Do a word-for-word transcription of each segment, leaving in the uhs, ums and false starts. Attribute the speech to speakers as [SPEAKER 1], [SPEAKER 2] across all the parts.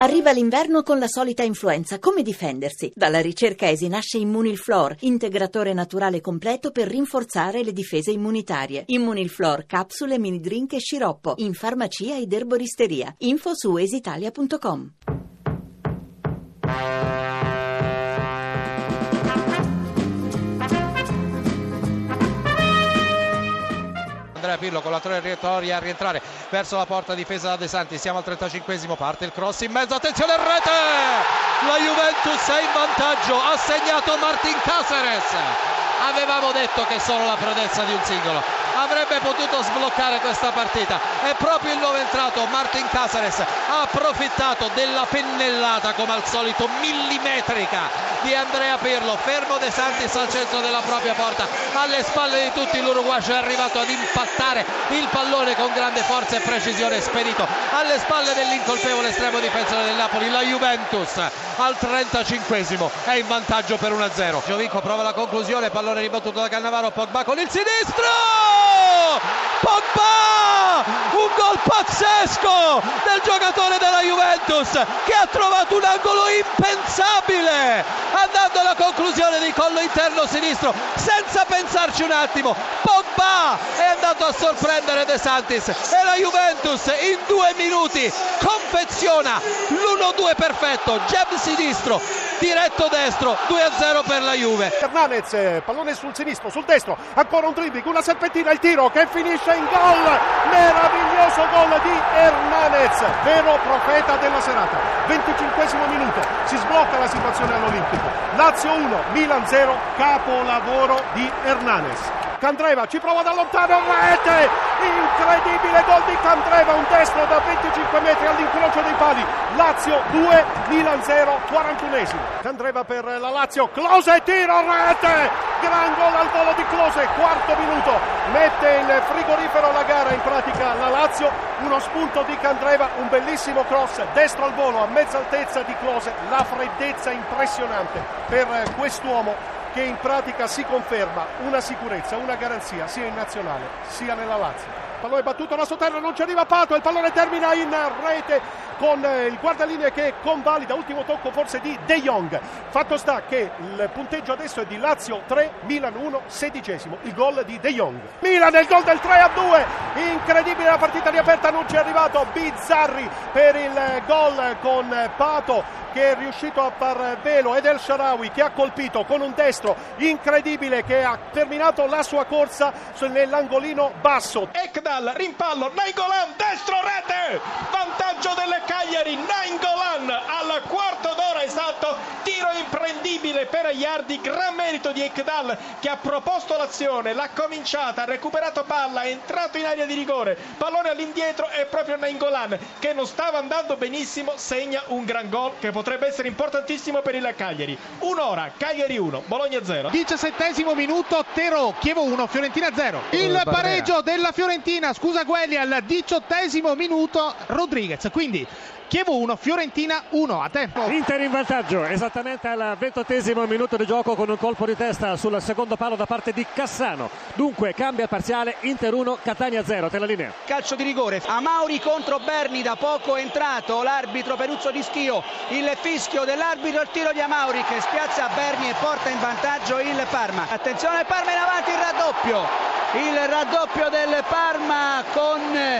[SPEAKER 1] Arriva l'inverno con la solita influenza. Come difendersi? Dalla ricerca E S I nasce Immunilflor, integratore naturale completo per rinforzare le difese immunitarie. Immunilflor, capsule, mini drink e sciroppo. In farmacia ed erboristeria. Info su esitalia punto com.
[SPEAKER 2] Andrea Pirlo con la traiettoria a rientrare verso la porta difesa da De Santi. Siamo al trentacinquesimo, parte il cross in mezzo, attenzione, rete! La Juventus è in vantaggio, ha segnato Martín Cáceres. Avevamo detto che solo la prodezza di un singolo avrebbe potuto sbloccare questa partita, è proprio il nuovo entrato Martín Cáceres, ha approfittato della pennellata come al solito millimetrica di Andrea Pirlo, fermo De Santis al centro della propria porta, alle spalle di tutti l'uruguayo è arrivato ad impattare il pallone con grande forza e precisione, spedito alle spalle dell'incolpevole estremo difensore del Napoli. La Juventus al trentacinquesimo è in vantaggio per uno a zero. Giovinco prova la conclusione, pallone ribattuto da Cannavaro, Pogba con il sinistro! Pogba! Un gol pazzesco del giocatore della Juventus che ha trovato un angolo impensabile andando alla conclusione di collo interno sinistro senza pensarci un attimo. Pogba è andato a sorprendere De Santis e la Juventus in due minuti confeziona l'uno due perfetto, jab sinistro, diretto destro, due a zero per la Juve.
[SPEAKER 3] Hernánez, pallone sul sinistro, sul destro, ancora un dribbling, una serpentina, il tiro che finisce in gol, meraviglioso gol di Hernánez, vero profeta della serata. venticinquesimo minuto, si sblocca la situazione all'Olimpico, Lazio uno, Milan zero, capolavoro di Hernánez. Candreva ci prova da lontano, rete, incredibile gol di Candreva, un destro da venticinque metri all'incrocio dei pali. Lazio due, Milan zero, quarantunesimo. Candreva per la Lazio, Klose, tiro, rete, gran gol al volo di Klose, quarto minuto, mette in frigorifero la gara in pratica la Lazio, uno spunto di Candreva, un bellissimo cross, destro al volo a mezza altezza di Klose, la freddezza impressionante per quest'uomo che in pratica si conferma una sicurezza, una garanzia sia in nazionale sia nella Lazio. Pallone battuto da sotterra, non ci arriva Pato, il pallone termina in rete con il guardalinee che convalida, ultimo tocco forse di De Jong. Fatto sta che il punteggio adesso è di Lazio tre, Milan uno, sedicesimo, il gol di De Jong. Milan il gol del tre a due, incredibile la partita riaperta, non ci è arrivato Bizzarri per il gol con Pato che è riuscito a far velo, ed El Shaarawy che ha colpito con un destro incredibile che ha terminato la sua corsa nell'angolino basso.
[SPEAKER 4] Ekdal, rimpallo, Nainggolan, destro, rete, vantaggio delle Cagliari, Nainggolan al quarto d'ora esatto, tiro imprendibile per Iardi, gran merito di Ekdal che ha proposto l'azione, l'ha cominciata, ha recuperato palla, è entrato in area di rigore, pallone all'indietro e proprio Nainggolan che non stava andando benissimo segna un gran gol che potrebbe essere importantissimo per il Cagliari. Un'ora, Cagliari uno, Bologna zero.
[SPEAKER 5] diciassettesimo minuto, Tero, Chievo uno, Fiorentina zero. Il pareggio della Fiorentina, scusa Guelli, al diciottesimo minuto Rodriguez, quindi Chievo uno, Fiorentina uno, a te.
[SPEAKER 6] Inter in vantaggio esattamente al ventottesimo minuto di gioco con un colpo di testa sul secondo palo da parte di Cassano. Dunque cambia il parziale, Inter uno, Catania zero, te la linea.
[SPEAKER 7] Calcio di rigore, Amauri contro Berni, da poco è entrato l'arbitro Peruzzo di Schio, il fischio dell'arbitro, il tiro di Amauri che spiazza Berni e porta in vantaggio il Parma. Attenzione, Parma in avanti, il raddoppio. Il raddoppio del Parma con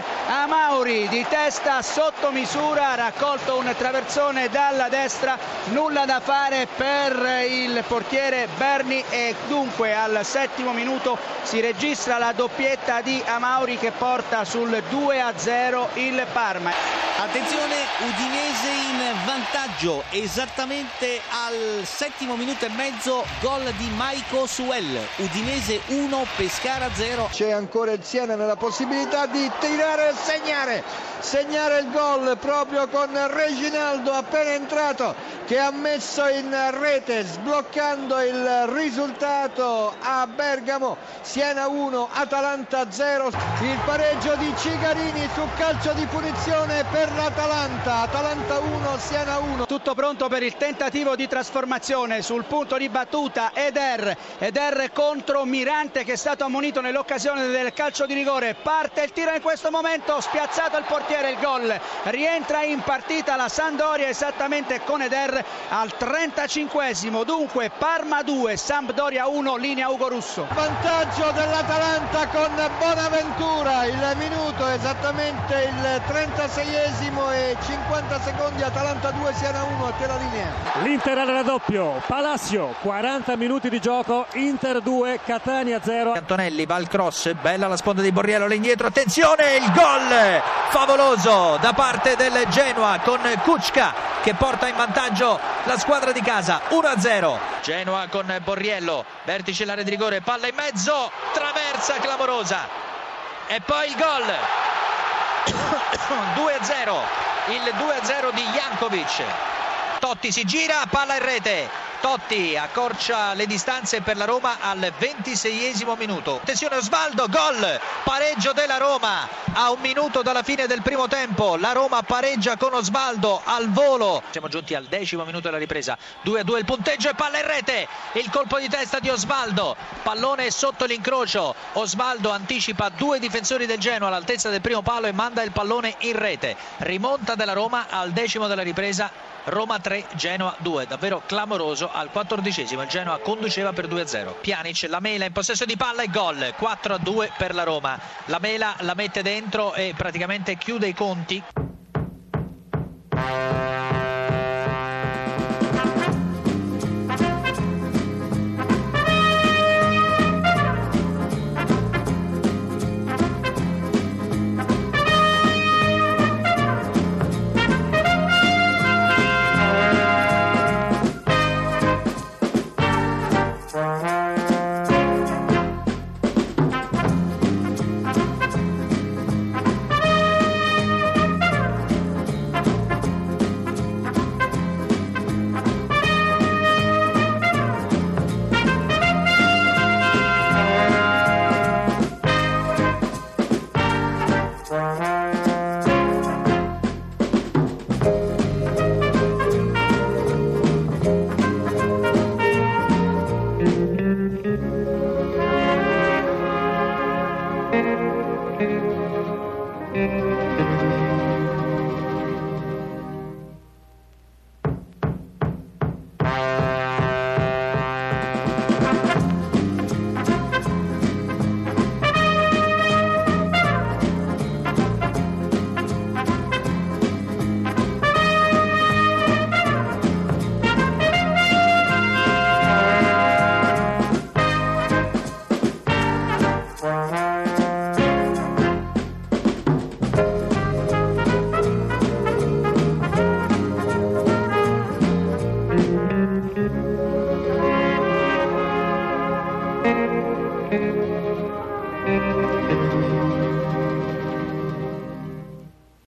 [SPEAKER 7] Amauri di testa sotto misura, raccolto un traversone dalla destra, nulla da fare per il portiere Berni e dunque al settimo minuto si registra la doppietta di Amauri che porta sul due a zero il Parma.
[SPEAKER 8] Attenzione, Udinese in vantaggio esattamente al settimo minuto e mezzo, gol di Maiko Suel, Udinese uno, Pescara zero.
[SPEAKER 9] C'è ancora il Siena nella possibilità di tirare e segnare, segnare il gol proprio con Reginaldo appena entrato che ha messo in rete sbloccando il risultato a Bergamo. Siena uno, Atalanta zero, il pareggio di Cigarini su calcio di punizione per l'Atalanta, Atalanta uno, Siena uno.
[SPEAKER 7] Tutto pronto per il tentativo di trasformazione. Sul punto di battuta Eder, Eder contro Mirante che è stato ammonito nell'occasione del calcio di rigore. Parte il tiro in questo momento, spiazzato il portiere, il gol. Rientra in partita la Sampdoria esattamente con Eder al trentacinquesimo. Dunque Parma due, Sampdoria uno, linea Ugo Russo.
[SPEAKER 9] Vantaggio dell'Atalanta con Bonaventura, il minuto esattamente il trentaseiesimo e cinquanta secondi. Atalanta due, Siena uno, a te la linea.
[SPEAKER 6] L'Inter al raddoppio, Palacio, quaranta minuti di gioco, Inter due, Catania zero.
[SPEAKER 10] Antonelli va al cross, bella la sponda di Borriello, là indietro, attenzione, il gol favoloso da parte del Genoa con Kučka che porta in vantaggio la squadra di casa, uno a zero. Genoa con Borriello, vertice l'area di rigore, palla in mezzo, traversa clamorosa e poi il gol. due a zero, il due a zero di Jankovic. Totti si gira, palla in rete. Totti accorcia le distanze per la Roma al ventiseiesimo minuto. Attenzione Osvaldo, gol, pareggio della Roma a un minuto dalla fine del primo tempo. La Roma pareggia con Osvaldo al volo. Siamo giunti al decimo minuto della ripresa. due a due il punteggio e palla in rete. Il colpo di testa di Osvaldo. Pallone sotto l'incrocio. Osvaldo anticipa due difensori del Genoa all'altezza del primo palo e manda il pallone in rete. Rimonta della Roma al decimo della ripresa. Roma tre, Genoa due, davvero clamoroso. Al quattordicesimo il Genoa conduceva per due a zero. Pjanic, Lamela in possesso di palla e gol, quattro a due per la Roma. Lamela la mette dentro e praticamente chiude i conti.
[SPEAKER 11] Thank you.